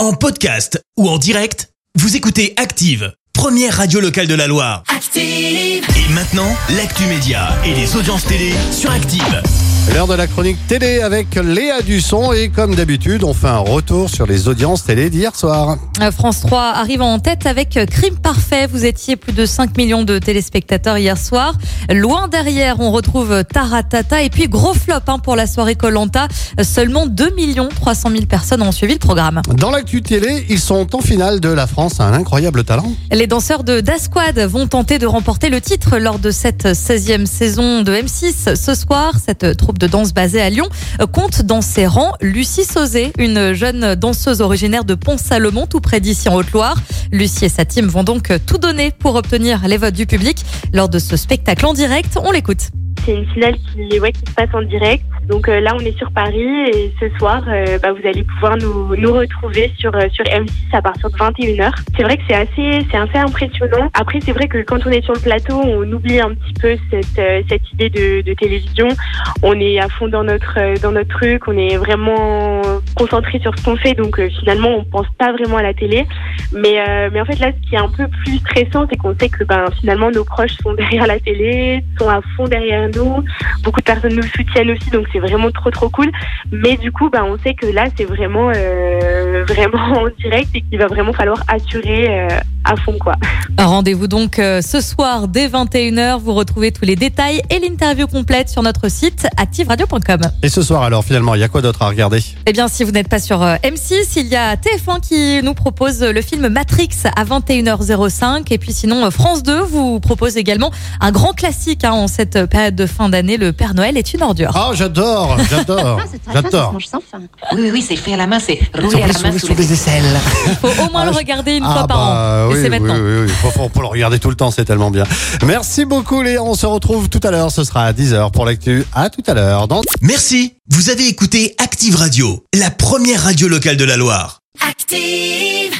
En podcast ou en direct, vous écoutez Active, première radio locale de la Loire. Active! Et maintenant, l'actu média et les audiences télé sur Active. L'heure de la chronique télé avec Léa Dusson et comme d'habitude, on fait un retour sur les audiences télé d'hier soir. France 3 arrive en tête avec Crime Parfait. Vous étiez plus de 5 millions de téléspectateurs hier soir. Loin derrière, on retrouve Taratata et puis gros flop pour la soirée Koh-Lanta. Seulement 2 300 000 personnes ont suivi le programme. Dans l'actu télé, ils sont en finale de La France a un incroyable talent. Les danseurs de Da Squad vont tenter de remporter le titre lors de cette 16e saison de M6. Ce soir, cette troupe de danse basée à Lyon compte dans ses rangs Lucie Sauzet, une jeune danseuse originaire de Pont-Salomon, tout près d'ici en Haute-Loire. Lucie et sa team vont donc tout donner pour obtenir les votes du public lors de ce spectacle en direct. On l'écoute. C'est une finale qui se passe en direct. Donc là, on est sur Paris et ce soir, vous allez pouvoir nous retrouver sur M6 à partir de 21h. C'est vrai que c'est assez impressionnant. Après, c'est vrai que quand on est sur le plateau, on oublie un petit peu cette idée de télévision. On est à fond dans notre truc, on est vraiment concentré sur ce qu'on fait. Donc finalement, on pense pas vraiment à la télé. Mais en fait, là, ce qui est un peu plus stressant, c'est qu'on sait que finalement, nos proches sont derrière la télé, sont à fond derrière nous. Beaucoup de personnes nous soutiennent aussi, donc c'est vraiment trop cool. Mais du coup, on sait que là, c'est vraiment en direct et qu'il va vraiment falloir assurer à fond, quoi. Rendez-vous donc ce soir dès 21h. Vous retrouvez tous les détails et l'interview complète sur notre site activeradio.com. Et ce soir, alors, finalement, il y a quoi d'autre à regarder ? Eh bien, si vous n'êtes pas sur M6, il y a TF1 qui nous propose le film Matrix à 21h05. Et puis sinon, France 2 vous propose également un grand classique en cette période de fin d'année, Le Père Noël est une ordure. Oh, j'adore. Oui, c'est fait à la main, c'est rouler à la main sous les aisselles. Il faut au moins le regarder une fois par an. Oui, et c'est maintenant. Oui. Faut le regarder tout le temps, c'est tellement bien. Merci beaucoup Léa, on se retrouve tout à l'heure, ce sera à 10h pour l'actu. À tout à l'heure. Merci, vous avez écouté Active Radio, la première radio locale de la Loire. Active!